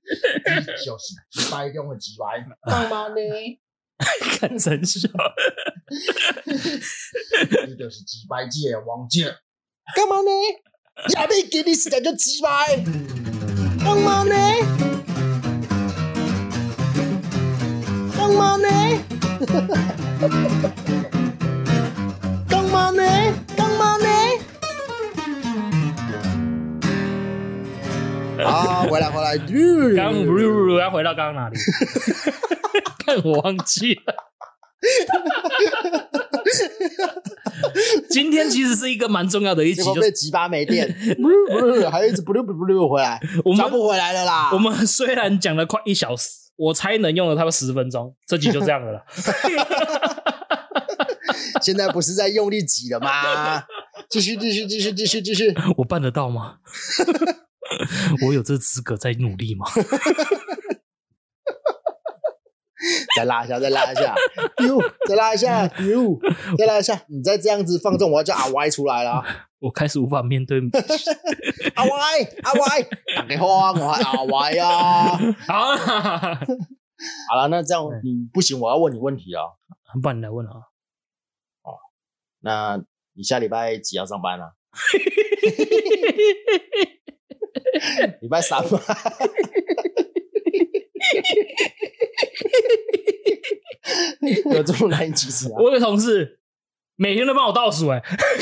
就是击败中的击败，干嘛呢？ 看真笑， 你就是击败界的王者，干嘛呢？也未给你时间就击败，干嘛呢？干嘛呢？干嘛呢？干嘛呢？啊，回来， 刚要回到刚刚哪里？看我忘记了。今天其实是一个蛮重要的一集， 就被吉巴没电，还一直不溜回来，抓不回来了啦。 我们虽然讲了快1小时，我猜能用了差不多10分钟，这集就这样了啦。 现在不是在用力挤了吗？继续， 我办得到吗？我有这资格在努力吗？ 再拉一下，再拉一下，再拉一下，再拉一下，你再这样子放纵，我要叫阿 Y 出来了。 我开始无法面对阿 Y， 打给话，我还阿 Y 啊。好了，那这样你不行，我要问你问题了。 不然你来问啊。 哦，那你下礼拜几要上班啊？礼拜3吗？有这么难以启齿啊？ 我有个同事每天都帮我倒数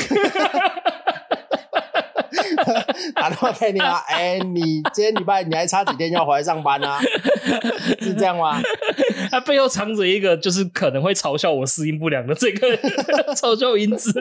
打电话给你啊，你今天礼拜你还差几天要回来上班啊？是这样吗？ 他背后藏着一个就是可能会嘲笑我适应不良的这个嘲笑因子。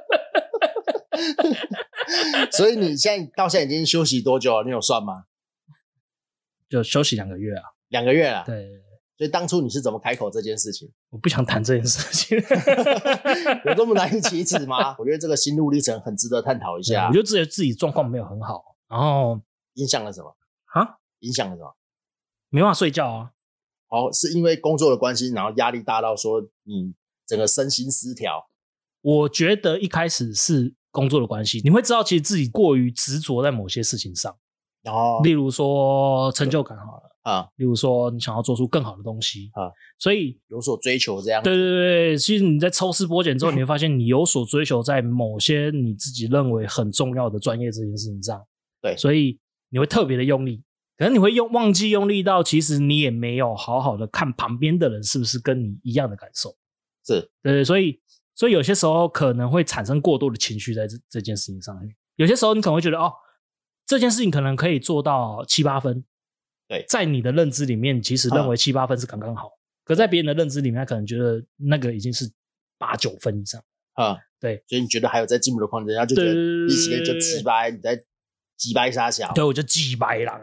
所以你到现在已经休息多久了？你有算吗？ 就休息2个月啊。 2个月了。 对。 所以当初你是怎么开口这件事情？ 我不想谈这件事情。 有这么难以启齿吗？我觉得这个心路历程很值得探讨一下。 我就觉得自己状况没有很好，然后影响了什么啊？ 影响了什么？ 没办法睡觉啊。 哦，是因为工作的关系，然后压力大到说你整个身心失调。 我觉得一开始是工作的关系，你会知道其实自己过于执着在某些事情上。 哦， 例如说成就感好了啊， 例如说你想要做出更好的东西啊， 所以有所追求这样。 对，其实你在抽丝剥茧之后，你会发现你有所追求在某些你自己认为很重要的专业这件事情上。 对，所以你会特别的用力，可能你会忘记用力到其实你也没有好好的看旁边的人是不是跟你一样的感受。 是， 对，所以有些时候可能会产生过多的情绪在这件事情上面。有些时候你可能会觉得这件事情可能可以做到7、8分， 对， 在你的认知里面其实认为7、8分是刚刚好，可在别人的认知里面他可能觉得那个已经是8、9分以上。对， 所以你觉得还有在进步的空间，他就觉得一起就击败你在击败杀小。 对，我就击败狼。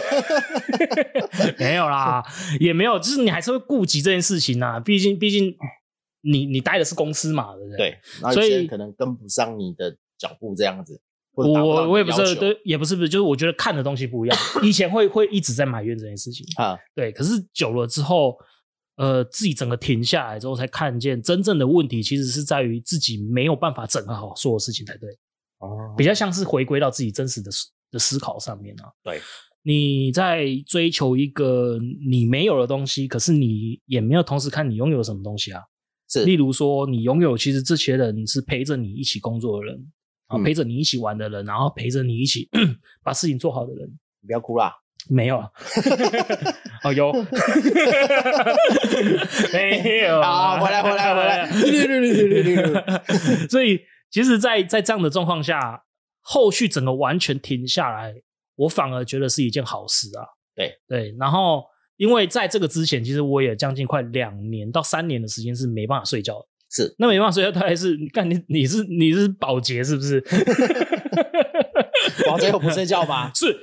没有啦，也没有，就是你还是会顾及这件事情啊，毕竟你待的是公司嘛，对不对？ 对，然后有些人可能跟不上你的脚步这样子。 我也不是，对，也不是，就是我觉得看的东西不一样。以前会一直在埋怨这件事情对，可是久了之后，自己整个停下来之后，才看见真正的问题其实是在于自己没有办法整合好所有事情才对。比较像是回归到自己真实的思考上面啊。 对， 你在追求一个你没有的东西，可是你也没有同时看你拥有什么东西啊。 是， 例如说你拥有其实这些人是陪着你一起工作的人，然后陪着你一起玩的人，然后陪着你一起把事情做好的人。 你不要哭啦。 没有啊。有。没有啊。 回来。 所以其实在这样的状况下，后续整个完全停下来，我反而觉得是一件好事啊。对，然后因为在这个之前，其实我也将近快2年到3年的时间是没办法睡觉的。 是， 那没办法睡觉，大概是干你是保洁是不是？ 保洁有不睡觉吗？ 是。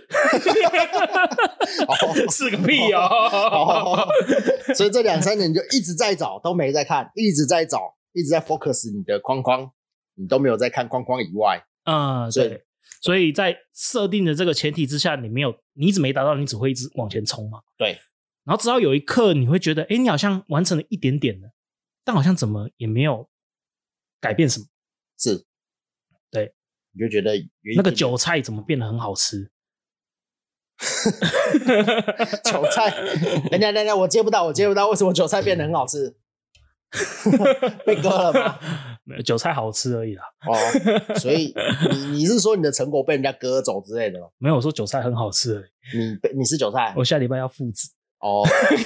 是个屁所以这2、3年你就一直在找，都没在看，一直在找，一直在 focus 你的框框，你都没有在看框框以外。 对，所以在设定的这个前提之下，你一直没达到，你只会一直往前冲嘛。 对， 然后直到有一刻你会觉得你好像完成了一点点的，但好像怎么也没有改变什么。 是， 对， 你就觉得那个韭菜怎么变得很好吃。 韭菜，等，我接不到，为什么韭菜变得很好吃？被割了吗？ 没有，韭菜好吃而已啦。 哦，所以你是说你的成果被人家割走之类的吗？ 没有，我说韭菜很好吃而已。 你是韭菜？ 我下礼拜要复制。 哦。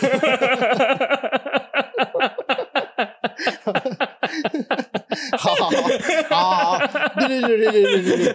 好，对，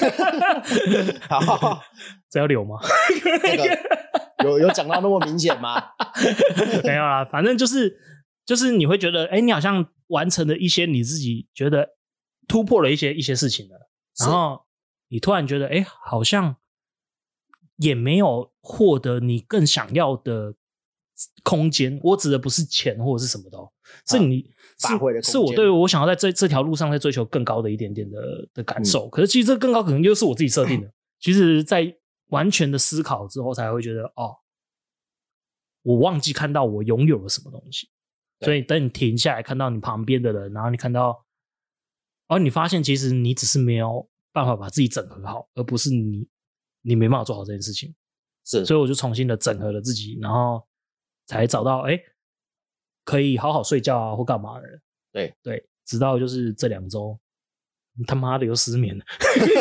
好， 这要留吗？ 这个有讲到那么明显吗？ 没有啦，反正就是你会觉得，你好像完成了一些你自己觉得突破了一些事情了，然后你突然觉得，好像也没有获得你更想要的空间。我指的不是钱或者是什么的是你发挥的空间， 是我对我想要在这条路上在追求更高的一点点的感受。可是其实这更高可能就是我自己设定的。其实在完全的思考之后才会觉得，我忘记看到我拥有了什么东西。所以等你停下来看到你旁边的人，然后你看到你发现其实你只是没有办法把自己整合好，而不是你没办法做好这件事情。 是， 所以我就重新的整合了自己，然后才找到可以好好睡觉啊或干嘛的。对，直到就是这2周他妈的又失眠了。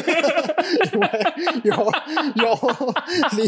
有你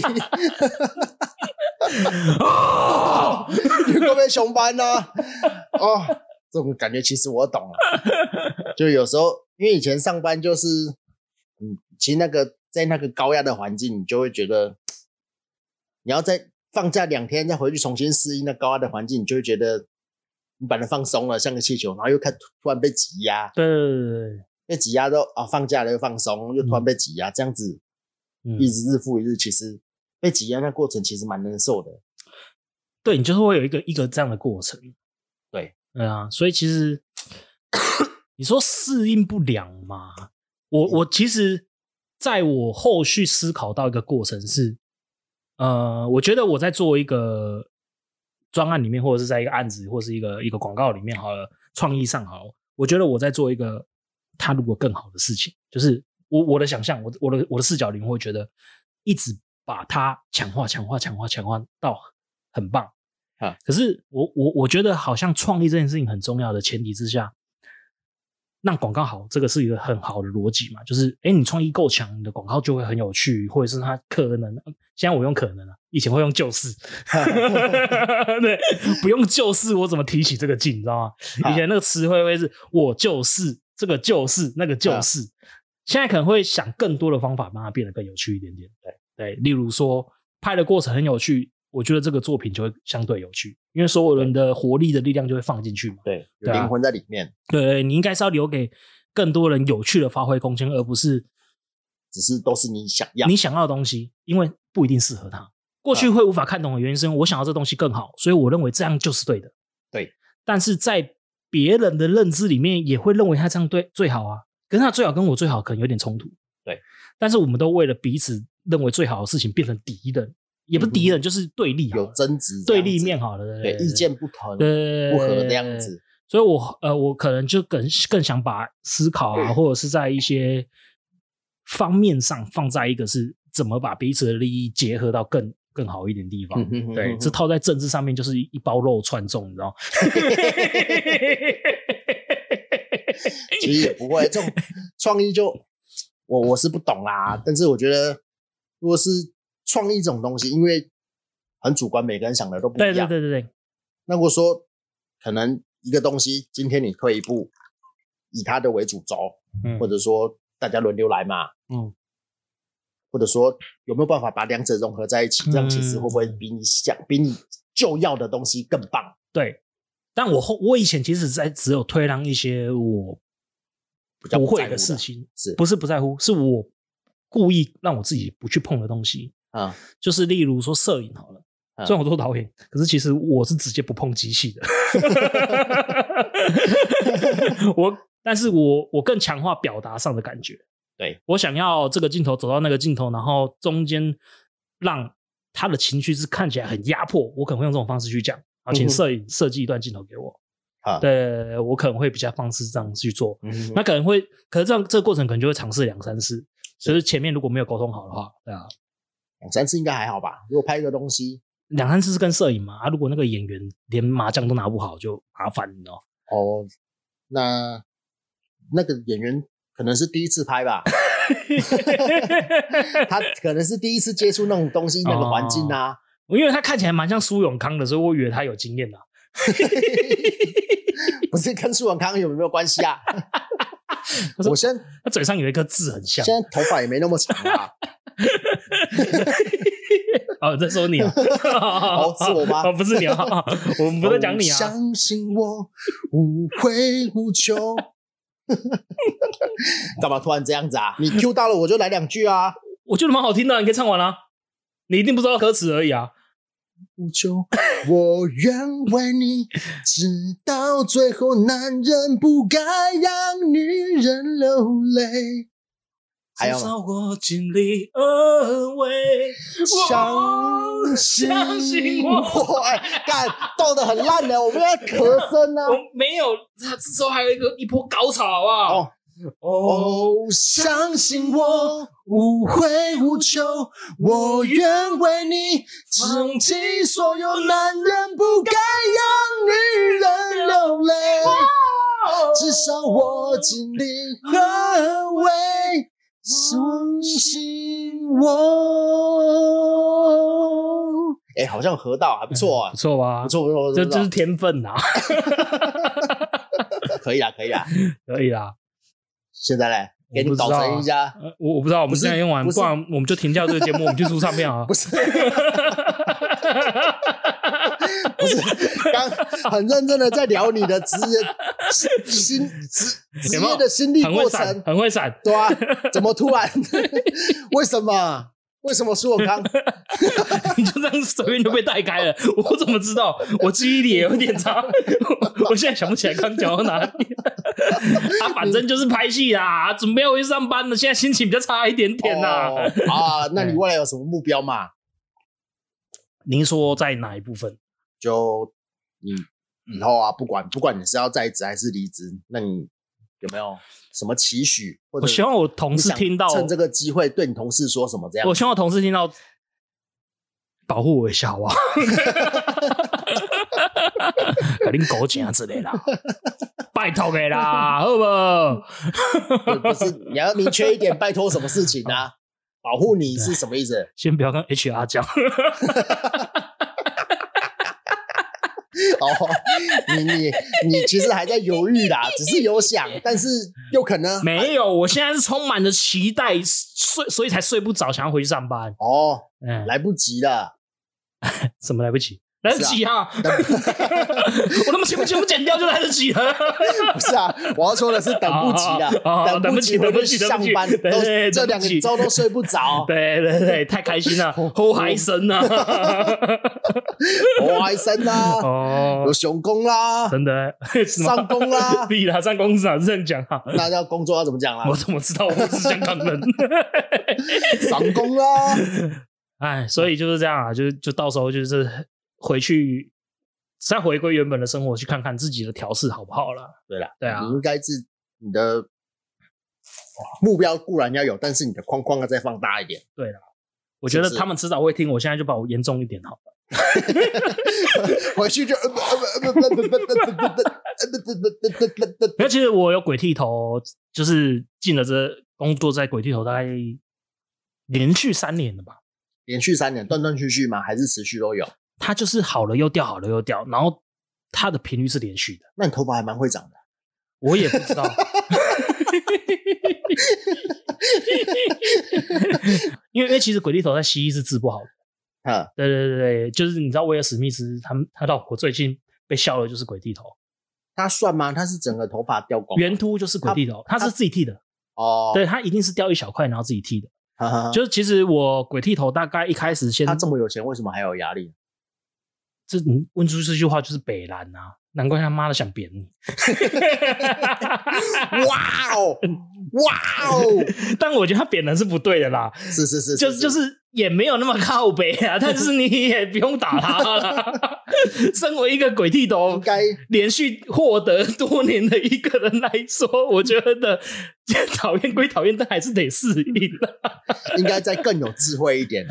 你会不会熊班呢？这种感觉其实我懂了。就有时候因为以前上班就是其实在那个高压的环境，你就会觉得你要再放假2天再回去重新适应那高压的环境，你就会觉得你把它放松了像个气球，然后又突然被挤压。 对， 被挤压都放假了又放松，又突然被挤压，这样子一直日复一日，其实被挤压那过程其实蛮难受的。 对，你就是会有一个这样的过程。 对啊，所以其实你说适应不良嘛，我其实在我后续思考到一个过程是我觉得我在做一个专案里面，或者是在一个案子或是一个广告里面好了，创意上好了，我觉得我在做一个他如果更好的事情，就是我的想象，我的视角里面会觉得一直把它强化到很棒。可是我觉得好像创意这件事情很重要的前提之下，让广告好，这个是一个很好的逻辑嘛，就是你创意够强，你的广告就会很有趣，或者是它可能，现在我用可能以前会用就是对，不用就是我怎么提起这个劲，你知道吗？以前那个词汇会是我就是这个就是那个就是，现在可能会想更多的方法让它变得更有趣一点点。对，例如说拍的过程很有趣，我觉得这个作品就会相对有趣，因为所有人的活力的力量就会放进去嘛。 对，有灵魂在里面。 对，你应该是要留给更多人有趣的发挥空间，而不是只是都是你想要的东西，因为不一定适合他。过去会无法看懂的原因是我想要这东西更好，所以我认为这样就是对的。 对， 但是在别人的认知里面也会认为他这样对最好啊，可是他最好跟我最好可能有点冲突。 对， 但是我们都为了彼此认为最好的事情变成敌人，也不是敌人，就是对立， 有争执， 对立面好了， 对，意见不同，不合这样子。 所以我可能就更想把思考啊，或者是在一些方面上放在一个是怎么把彼此的利益结合到更好一点地方。对，这套在政治上面就是一包肉串中，你知道吗？ 其实也不会，这种创意就我是不懂啦，但是我觉得如果是创意这种东西，因为很主观，每个人想的都不一样。 对。 那如果说可能一个东西，今天你退一步，以它的为主轴，或者说大家轮流来嘛，或者说有没有办法把两者融合在一起，这样其实会不会比你就要的东西更棒？ 对，但我以前其实只有推让一些我不会的事情，不是不在乎，是我故意让我自己不去碰的东西啊，就是例如说摄影好了。虽然我做导演，可是其实我是直接不碰机器的。但是我更强化表达上的感觉。 对， 我想要这个镜头走到那个镜头，然后中间让他的情绪是看起来很压迫，我可能会用这种方式去讲，然后请摄影设计一段镜头给我。对，我可能会比较方式这样去做。那可能会，可是这个过程可能就会尝试2-3次，就是前面如果没有沟通好的话，对啊。 2-3次应该还好吧？如果拍一个东西 2-3次是跟摄影嘛，如果那个演员连麻将都拿不好，就麻烦你哦。 哦，那个演员可能是第一次拍吧，他可能是第一次接触那种东西，那个环境啊。 因为他看起来蛮像苏永康的，所以我以为他有经验啊。 不是跟苏永康有没有关系啊？我现在他嘴上有一颗痣很像， 现在头发也没那么长啊。 哦，在说你啊？ 哦，是我吗？ 哦，不是你啊，我们不在讲你啊。 相信我，无悔无求。干嘛突然这样子啊？你 Q 到了我就来2句啊。 我觉得蛮好听的，你可以唱完啊。你一定不知道歌词而已啊。 无求，我愿为你，直到最后，男人不该让女人流泪。还有吗？ 至少我尽力而为， 相信我。哎，干，斗得很烂的，我们要咳声啊。 我没有，这时候还有一波高潮，好不好？ 哦，相信我，无悔无求，我愿为你放弃所有，男人不该让女人流泪，至少我尽力而为，相信我。哎，好像合到还不错啊， 不错吧？ 不错， 这就是天分啊。 可以啦。 可以啦。 现在嘞，给你搞成一下。 我不知道，我们现在用完，不然我们就停掉这个节目，我们去出唱片啊。 不是，刚很认真的在聊你的职业的心历过程， 很会闪， 对啊，怎么突然？为什么苏永康？ 你就这样随便就被带开了，我怎么知道？我记忆力也有点差，我现在想不起来刚讲到哪里。反正就是拍戏啦，准备要回去上班了，现在心情比较差一点点啦。 那你未来有什么目标吗？ 您说在哪一部分？ 就你以后啊，不管你是要在职还是离职，那你有没有什么期许？或者我希望我同事听到， 趁这个机会对你同事说什么这样？ 我希望我同事听到，保护我一下好不好？给你狗钱之类的，拜托给啦，好不好？ 不是，你要明确一点，拜托什么事情啊？保护你是什么意思？ 先不要跟 HR 讲。 你其实还在犹豫啦，只是有想，但是有可能没有。我现在是充满了期待，所以才睡不着，想要回去上班。 来不及了。 什么来不及？来得及啊！我他妈全部剪掉就来得及了。 不是啊，我要说的是等不及了，等不及回去上班，这2个周都睡不着。 对，太开心了，后海参啊， 后海参啊，有熊公啦， 真的上工啦， 必啦，上工是这样讲啊。 那要工作要怎么讲啦？ 我怎么知道我是香港人？ 上工啦。 哎，所以就是这样啊，就到时候就是回去再回归原本的生活，去看看自己的调试好不好啦。 对啦， 对啊， 你应该是你的目标固然要有，但是你的框框要再放大一点。 对啦，我觉得他们迟早会听，我现在就把我严重一点好了。 回去就其实我有鬼剃头，就是进了这工作，在鬼剃头大概连续3年了吧。 连续3年，断断续续吗？还是持续都有？ 它就是好了又掉，好了又掉，然后它的频率是连续的。 那你头发还蛮会长的。 我也不知道。因为其实鬼剃头在西医是治不好的。对，就是你知道威尔史密斯他老婆最近被笑的就是鬼剃头。 他算吗？他是整个头发掉光， 圆秃就是鬼剃头，他是自己剃的。对，他一定是掉一小块然后自己剃的。就是其实我鬼剃头大概一开始他这么有钱，为什么还有压力？ 这你问出这句话就是北蓝啊，难怪他妈的想扁你。 哇哦！ 但我觉得他扁人是不对的啦。 是， 就是也没有那么靠北啊，但是你也不用打他了。身为一个鬼剃头，连续获得多年的一个人来说，我觉得讨厌归讨厌，但还是得适应。 应该再更有智慧一点啊。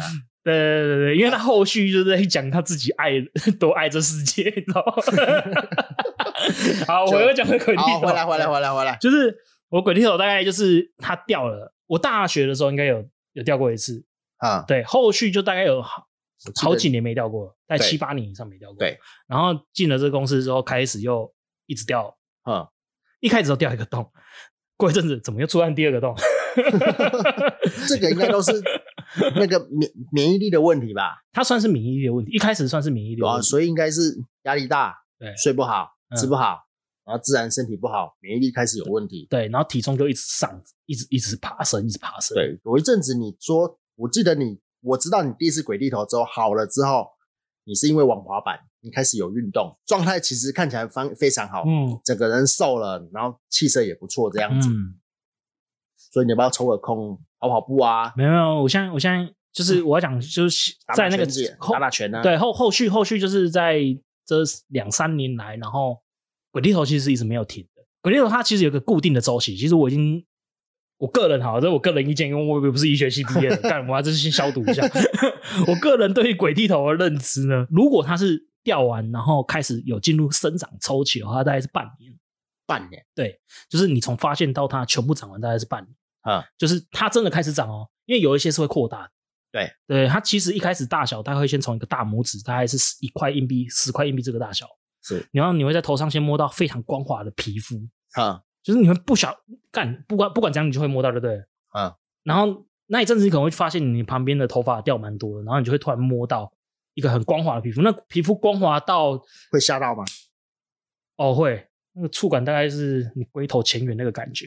对，因为他后续就是在讲他自己多爱这世界，你知道吗？好，我又讲回鬼剃头。 回来， 就是我鬼剃头大概就是他掉了，我大学的时候应该有掉过一次啊，对，后续就大概有好几年没掉过了，大概7、8年以上没掉过。对，然后进了这个公司之后，开始又一直掉，一开始都掉一个洞，过一阵子怎么又出现第二个洞？ 这个应该都是那个免疫力的问题吧？ 它算是免疫力的问题，一开始算是免疫力的问题， 所以应该是压力大，对，睡不好，吃不好，然后自然身体不好，免疫力开始有问题。 对，然后体重就一直上，一直爬升，一直爬升。 对，有一阵子你说，我记得我知道你第一次鬼剃头之后好了之后，你是因为玩滑板，你开始有运动，状态其实看起来非常好，整个人瘦了，然后气色也不错这样子。所以你要不要抽个空跑跑步啊？ 没有，我现在就是我要讲，就是在那个打拳啊。 对，后续就是在这2-3年来，然后鬼剃头其实是一直没有停的。鬼剃头它其实有个固定的周期，其实我个人好，这是我个人意见，因为我也不是医学系毕业的，干我还是先消毒一下。我个人对于鬼剃头的认知呢，如果它是掉完，然后开始有进入生长周期的话，大概是半年。 半年？ 对，就是你从发现到它全部长完，大概是半年。就是它真的开始长哦，因为有一些是会扩大的。对，它其实一开始大小，它会先从一个大拇指，大概是1块硬币、10块硬币这个大小。是，然后你会在头上先摸到非常光滑的皮肤。就是你会不管怎样，你就会摸到，对不对？然后那一阵子你可能会发现你旁边的头发掉蛮多的，然后你就会突然摸到一个很光滑的皮肤。那皮肤光滑到会吓到吗？ 哦，会。那个触感大概是你龟头前缘那个感觉。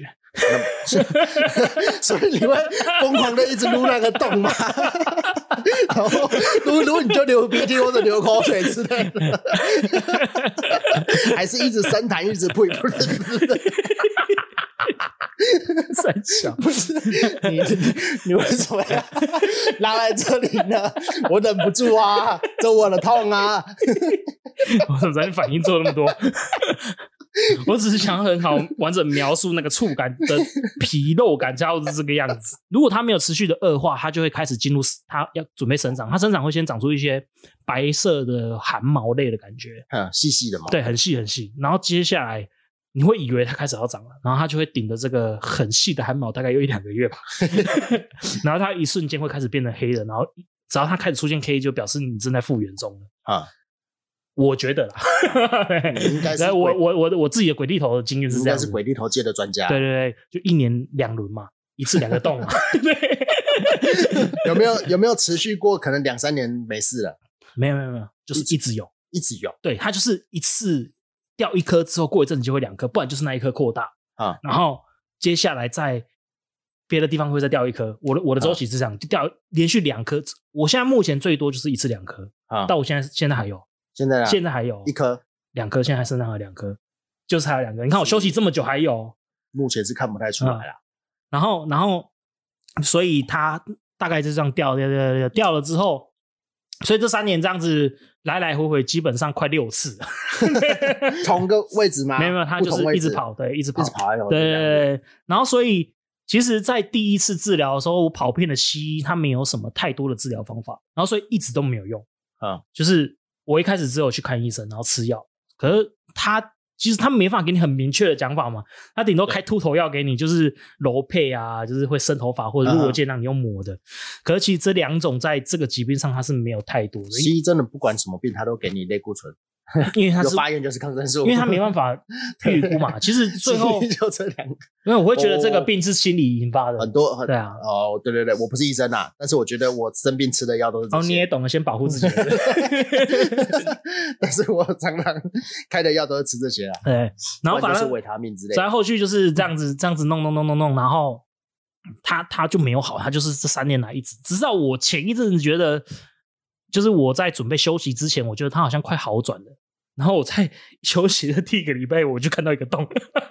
所以你会疯狂的一直撸那个洞吗？然后撸你就流鼻涕或者流口水之类的，还是一直伸弹一直呸？ 三小不是你为什么要拉在这里呢？我忍不住啊，这我的痛啊！ 我怎么在反应做那么多？我只是想很好完整描述那个触感的皮肉感，差不多是这个样子。如果它没有持续的恶化，它就会开始进入它要准备生长。它生长会先长出一些白色的汗毛类的感觉， 细细的毛， 对，很细很细。然后接下来你会以为它开始要长了，然后它就会顶着这个很细的汗毛，大概有1-2个月吧。然后它一瞬间会开始变成黑的，然后只要它开始出现黑，就表示你正在复原中了。我觉得啦， 应该是我自己的鬼剃头的经验是这样， 应该是鬼剃头界的专家。 对，就1年2轮嘛，一次2个洞嘛。对， 有没有持续过？可能2-3年没事了？ 没有，就是一直有。对，它就是一次掉1颗之后，过一阵子就会2颗，不然就是那一颗扩大然后接下来在别的地方会再掉1颗。我的周期是这样，就掉连续2颗。我现在目前最多就是一次2颗到我现在还有。现在还有 1颗、 2颗，现在还身上还有2颗，就是还有2颗。你看我休息这么久还有， 目前是看不太出来啦。 然后，所以它大概就这样掉了之后，所以这3年这样子来来回回，基本上快6次。 同个位置吗？ 没有，它就是一直跑，对，一直跑。 对。 然后，所以其实，在第一次治疗的时候，我跑遍了西医，它没有什么太多的治疗方法，然后所以一直都没有用。就是我一开始只有去看医生，然后吃药，可是其实他没办法给你很明确的讲法嘛，他顶多开秃头药给你，就是柔配啊，就是会生头发或者入耳键让你用抹的。可是其实这2种在这个疾病上它是没有太多的。 西医真的不管什么病，他都给你类固醇。 因为它是有发炎就是抗生素， 因为它没办法预估嘛。其实最后就这2个， 因为我会觉得这个病是心理引发的， 很多对啊。 对，我不是医生啊，但是我觉得我生病吃的药都是这些。 你也懂得先保护自己。 但是我常常开的药都是吃这些啊。 对，然后反正就是维他命之类的。 在后续就是这样子弄，然后他就没有好，他就是这3年来一直到我前一阵子觉得。就是我在准备休息之前，我觉得他好像快好转了，然后我在休息的第1个礼拜，我就看到一个洞。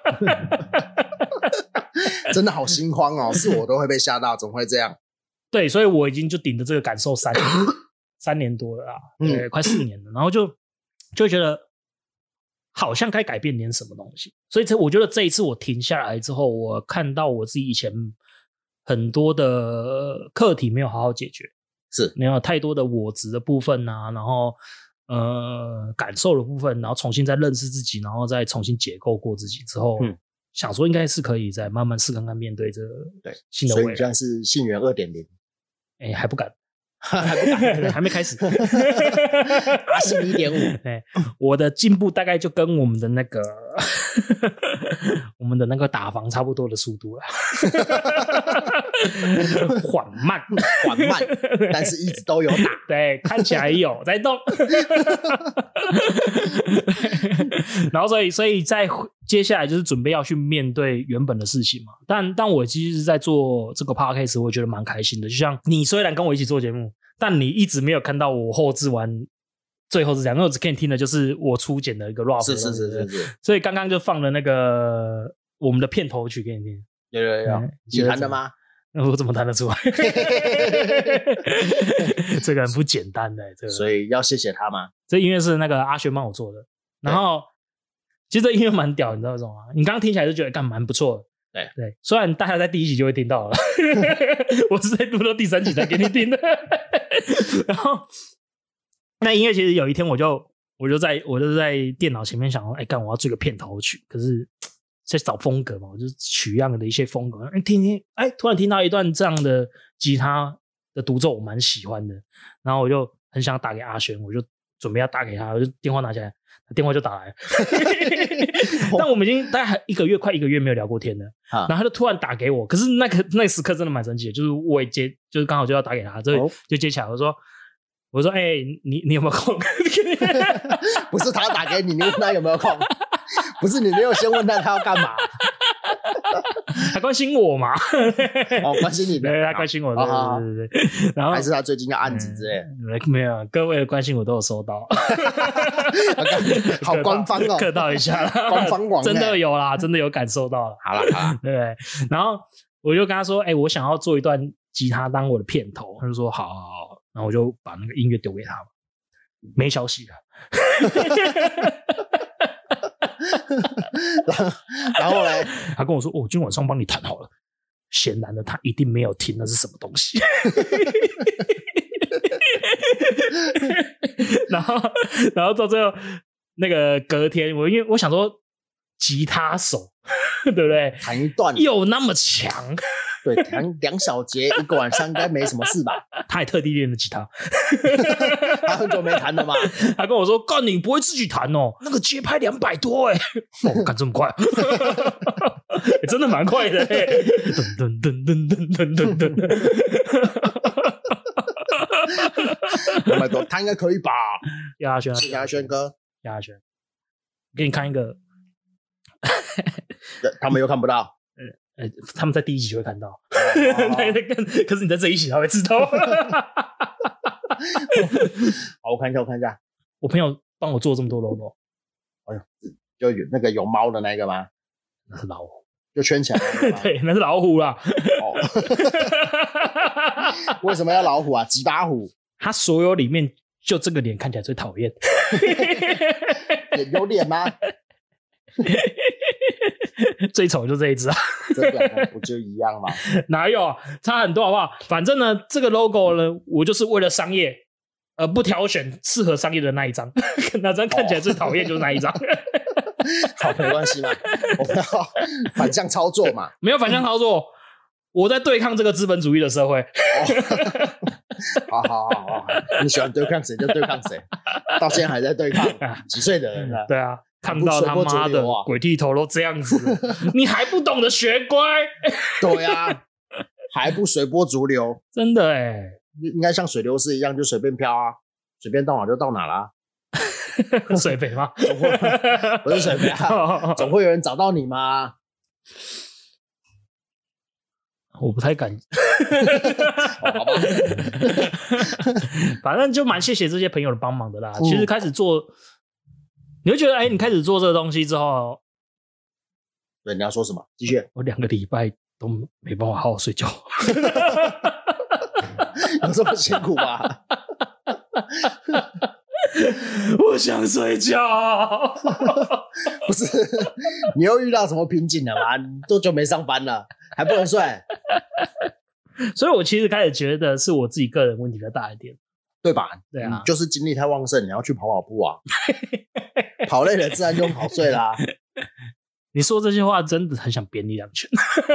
真的好心慌哦，是我都会被吓到，怎么会这样？ 对，所以我已经就顶着这个感受3年多了啦，对，快4年了，然后就会觉得好像该改变点什么东西，所以我觉得这一次我停下来之后，我看到我自己以前很多的课题没有好好解决。 是没有太多的我执的部分啊，然后感受的部分，然后重新再认识自己，然后再重新解构过自己之后，想说应该是可以再慢慢试看看面对这个新的未来。 所以你现在是信源 2.0， 还不敢。 还不敢， 还没开始。 阿信 1.5， 对，我的进步大概就跟我们的那个打房差不多的速度了。缓慢， 但是一直都有打。 对，看起来有在动。然后所以在接下来就是准备要去面对原本的事情嘛。但我其实在做这个 podcast 我觉得蛮开心的，就像你虽然跟我一起做节目，但你一直没有看到我后置完最后是这样，因为我只可以听的就是我初剪的一个 rap。 是，所以刚刚就放了那个我们的片头曲给你听。 有，你弹的吗？ 我怎么弹得出来？这个很不简单的，这个， 所以要谢谢他吗？ 这音乐是那个阿轩帮我做的，然后其实这音乐蛮屌，你知道为什么吗？你刚刚听起来就觉得干蛮不错的。对，虽然大家在第1集就会听到了，我是在录到第3集才给你听的。然后那音乐其实有一天我就在电脑前面想说，干我要做个片头曲，可是在找风格嘛，我就取样的一些风格，听，突然听到一段这样的吉他的独奏，我蛮喜欢的，然后我就很想打给阿轩，我就准备要打给他，我就电话拿起来，电话就打来了。但我们已经大概快1个月没有聊过天了，然后他就突然打给我，可是那个时刻真的蛮神奇的，就是我也接，就是刚好就要打给他，就接起来，我说你有没有空？ 不是他打给你，你问他有没有空？不是你没有先问他要干嘛？ 他关心我嘛？ 关心你的， 对，他关心我，对。然后还是他最近要案子之类的？ 没有，各位的关心我都有收到。 好官方哦， 客套一下， 官方网真的有啦，真的有感受到了。 好了，对。 然后我就跟他说，我想要做一段吉他当我的片头，他就说好。然后我就把那个音乐丢给他，没消息了。 然后呢， 他跟我说：“今天晚上帮你弹好了。”显然的，他一定没有听那是什么东西。然后到最后那个隔天，因为我想说，吉他手对不对？ 弹一段又那么强。 对，弹2小节1个晚上应该没什么事吧？ 他还特地练了吉他。 他很久没弹了吗？ 他跟我说：“干，你不会自己弹哦？那个节拍200多干这么快？真的蛮快的噔噔噔噔噔噔噔。 200多，他应该可以吧？ 亚轩哥， 亚轩，给你看一个， 他们又看不到。 他们在第1集就会看到，可是你在这一集他会知道。 好，我看一下， 我朋友帮我做这么多 logo。 哎呦，就有那个有猫的那个吗？ 那是老虎， 就圈起来那个。 对，那是老虎啦。 为什么要老虎啊？吉巴虎？ 他所有里面就这个脸看起来最讨厌。 有脸吗？ 最丑就这一只啊。 这两个不就一样吗？ 哪有，差很多好不好？反正呢，这个 logo 呢，我就是为了商业，不挑选适合商业的那一张，那张看起来最讨厌就是那一张。 好，没关系嘛，我们要反向操作嘛。 没有反向操作，我在对抗这个资本主义的社会。 好，你喜欢对抗谁就对抗谁，到现在还在对抗，几岁的人了？ 对啊。看到他妈的鬼剃头都这样子，你还不懂得学乖？ 对啊，还不随波逐流， 真的应该像水流式一样，就随便飘啊，随便到哪就到哪啦。 水肥吗？ 不是水肥啊，总会有人找到你吗？ 我不太敢。 好吧， 反正就蛮谢谢这些朋友的帮忙的啦。其实开始做。你会觉得，你开始做这个东西之后， 对，你要说什么？继续。 我2个礼拜都没办法好好睡觉。 有这么辛苦吗？ 我想睡觉。 不是，你又遇到什么瓶颈了吗？你多久没上班了，还不能睡？ 所以我其实开始觉得是我自己个人问题比较大一点， 对吧？ 对啊， 就是精力太旺盛，你要去跑步啊，跑累了自然就跑睡啦。 你说这些话真的很想扁你2拳。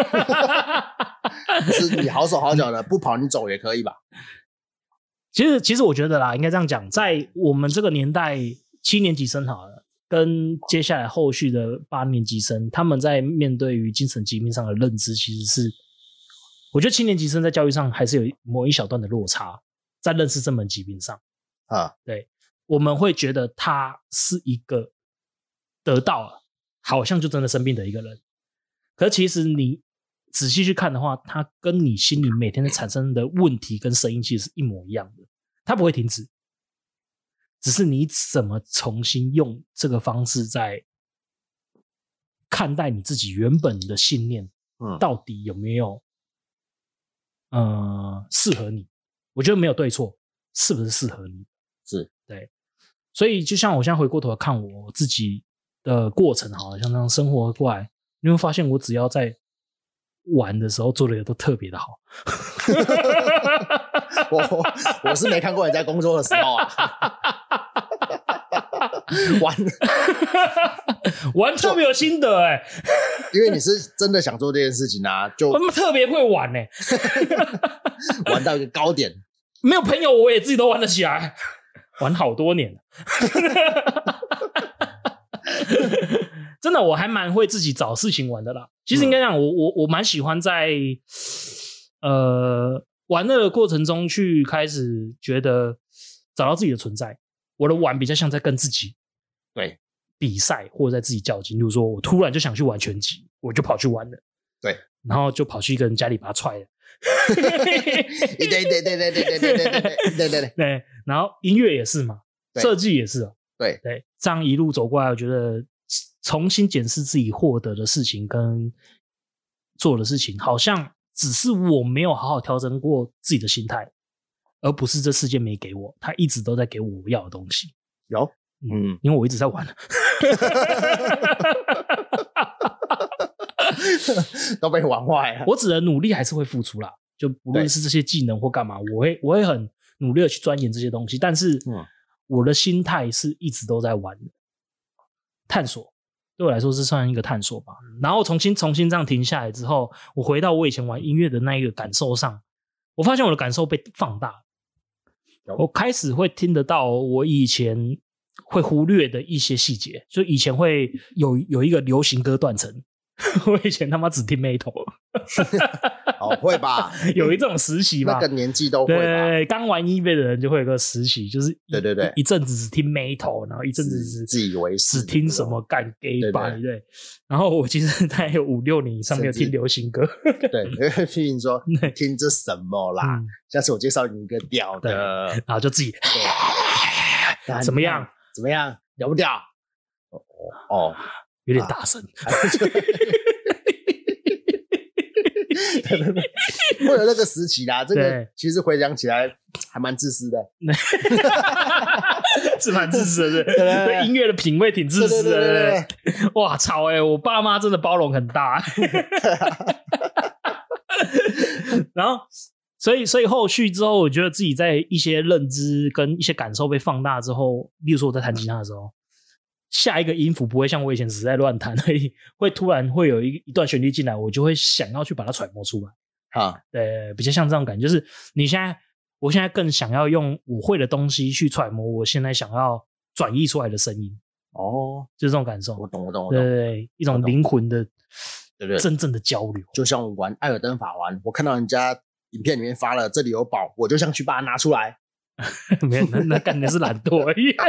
是你好手好脚的，不跑你走也可以吧？ 其实我觉得啦，应该这样讲，在我们这个年代，7年级生好了，跟接下来后续的8年级生，他们在面对于精神疾病上的认知，其实是我觉得7年级生在教育上还是有某一小段的落差，在认识这门疾病上啊， 对，我们会觉得他是一个得到了，好像就真的生病的一个人，可是其实你仔细去看的话，他跟你心里每天在产生的问题跟声音其实是一模一样的，他不会停止，只是你怎么重新用这个方式在看待你自己原本的信念，到底有没有适合你？我觉得没有对错，是不是适合你？ 是对，所以就像我现在回过头来看我自己的过程，好像这样生活过来，你会发现我只要在玩的时候做的也都特别的好。 我是没看过你在工作的时候啊。 玩特别有心得欸， 因为你是真的想做这件事情啊，就特别会玩欸， 玩到一个高点， 没有朋友我也自己都玩得起来，玩好多年了。真的我还蛮会自己找事情玩的啦。其实应该讲我蛮喜欢在玩乐的过程中去开始觉得找到自己的存在。我的玩比较像在跟自己对比赛或者在自己较劲，比如说我突然就想去玩拳击，我就跑去玩了， 对， 然后就跑去一个人家里把他踹了。对，然后音乐也是嘛，设计也是对， 这样一路走过来，我觉得重新检视自己获得的事情跟做的事情，好像只是我没有好好调整过自己的心态，而不是这世界没给我，他一直都在给我要的东西。 有， 因为我一直在玩。 都被玩坏了。 我指的努力还是会付出啦，就不论是这些技能或干嘛，我会很努力的去钻研这些东西，但是我的心态是一直都在玩的，探索对我来说是算一个探索吧。然后重新这样停下来之后，我回到我以前玩音乐的那一个感受上，我发现我的感受被放大，我开始会听得到我以前会忽略的一些细节，就以前会有一个流行歌断层，我以前他妈只听 metal。 会吧， 有一种时期吧， 那个年纪都会吧， 对，刚玩音乐的人就会有个时期，就是对一阵子只听 metal， 然后一阵子是自以为是只听什么干 gay 吧，对。然后我其实大概有5-6年以上没有听流行歌。 对，因为批评说听这什么啦，下次我介绍你一个屌的， 然后就自己怎么样屌不屌？ 有点大声。 会有那个时期啦，这个其实回想起来还蛮自私的。 是蛮自私的，对音乐的品味挺自私的。哇操我爸妈真的包容很大。然后所以后续之后，我觉得自己在一些认知跟一些感受被放大之后，例如说我在弹吉他的时候，下一个音符不会像我以前只是在乱弹而已，会突然会有一段旋律进来，我就会想要去把它揣摩出来。对，比较像这种感觉，就是我现在更想要用我会的东西去揣摩我现在想要转译出来的声音。就是这种感受。我懂。对，一种灵魂的，对，真正的交流。 就像我玩艾尔登法环，我看到人家影片里面发了这里有宝，我就想去把它拿出来。 没有，那干的是懒惰而已。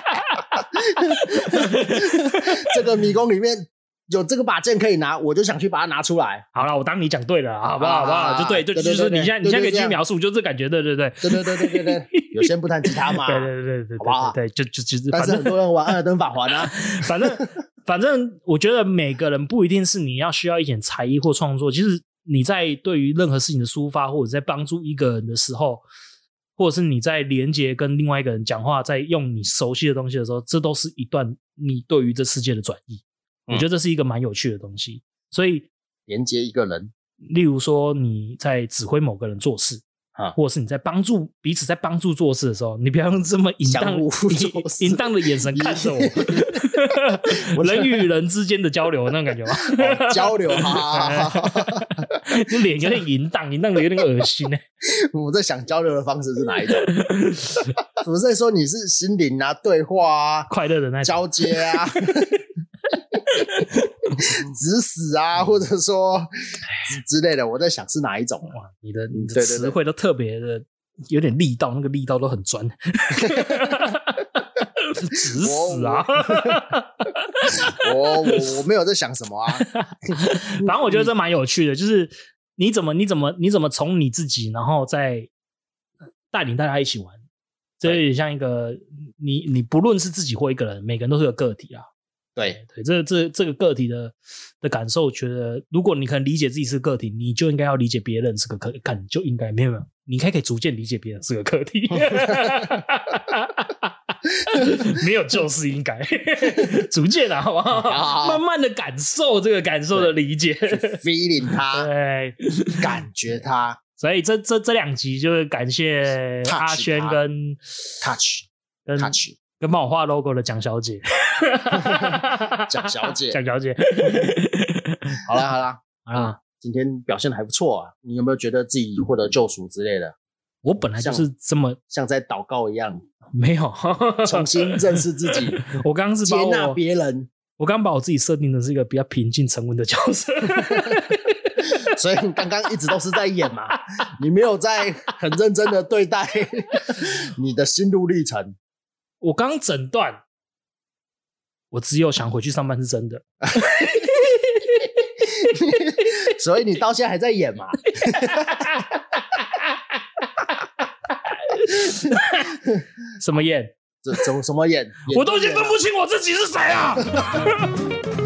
这个迷宫里面有这个把剑可以拿，我就想去把它拿出来。 好了，我当你讲对了，好不好？就对，就是你现在可以继续描述，就这感觉，对。 对。有先不弹吉他嘛？ 对，好不好？对，就但是很多人玩艾尔登法环啊。 反正我觉得每个人不一定是你要需要一点才艺或创作，其实你在对于任何事情的抒发，或者在帮助一个人的时候，或者是你在连接跟另外一个人讲话，在用你熟悉的东西的时候，这都是一段你对于这世界的转移。我觉得这是一个蛮有趣的东西，所以连接一个人， 例如说你在指挥某个人做事或者是你在彼此在帮助做事的时候，你不要用这么淫荡的眼神看着我，人与人之间的交流那种感觉吗？ 交流就脸有点淫荡的有点恶心我在想交流的方式是哪一种？我在说你是心灵啊、对话啊、 快乐的那种交接啊。指使啊，或者说之类的，我在想是哪一种哇，你的词汇都特别的有点力道，那个力道都很专。指使啊！ 我没有在想什么啊。 反正我觉得这蛮有趣的，就是你怎么从你自己，然后再带领大家一起玩，这有点像一个你不论是自己或一个人，每个人都是个个体啊。 对， 这个个体的感受，觉得如果你可能理解自己是个体，你就应该要理解别人是个个体，就应该没有，你可以逐渐理解别人是个个体。没有就是应该逐渐好不好？慢慢的感受这个感受的理解 ，feeling 它， 对， 感觉它。 所以这2集就是感谢阿轩跟 Touch 跟帮我画 logo 的蒋小姐。 蒋小姐好啦，今天表现得还不错啊，你有没有觉得自己获得救赎之类的？ 我本来就是这么像在祷告一样， 没有重新认识自己。 我刚刚是接纳别人， 我刚把我自己设定的是一个比较平静沉稳的角色。 所以你刚刚一直都是在演嘛，你没有在很认真的对待你的心路历程。 我刚诊断我只有想回去上班是真的。 所以你到现在还在演嘛？ 什么演？ 什么演？ 我都已经分不清我自己是谁啊！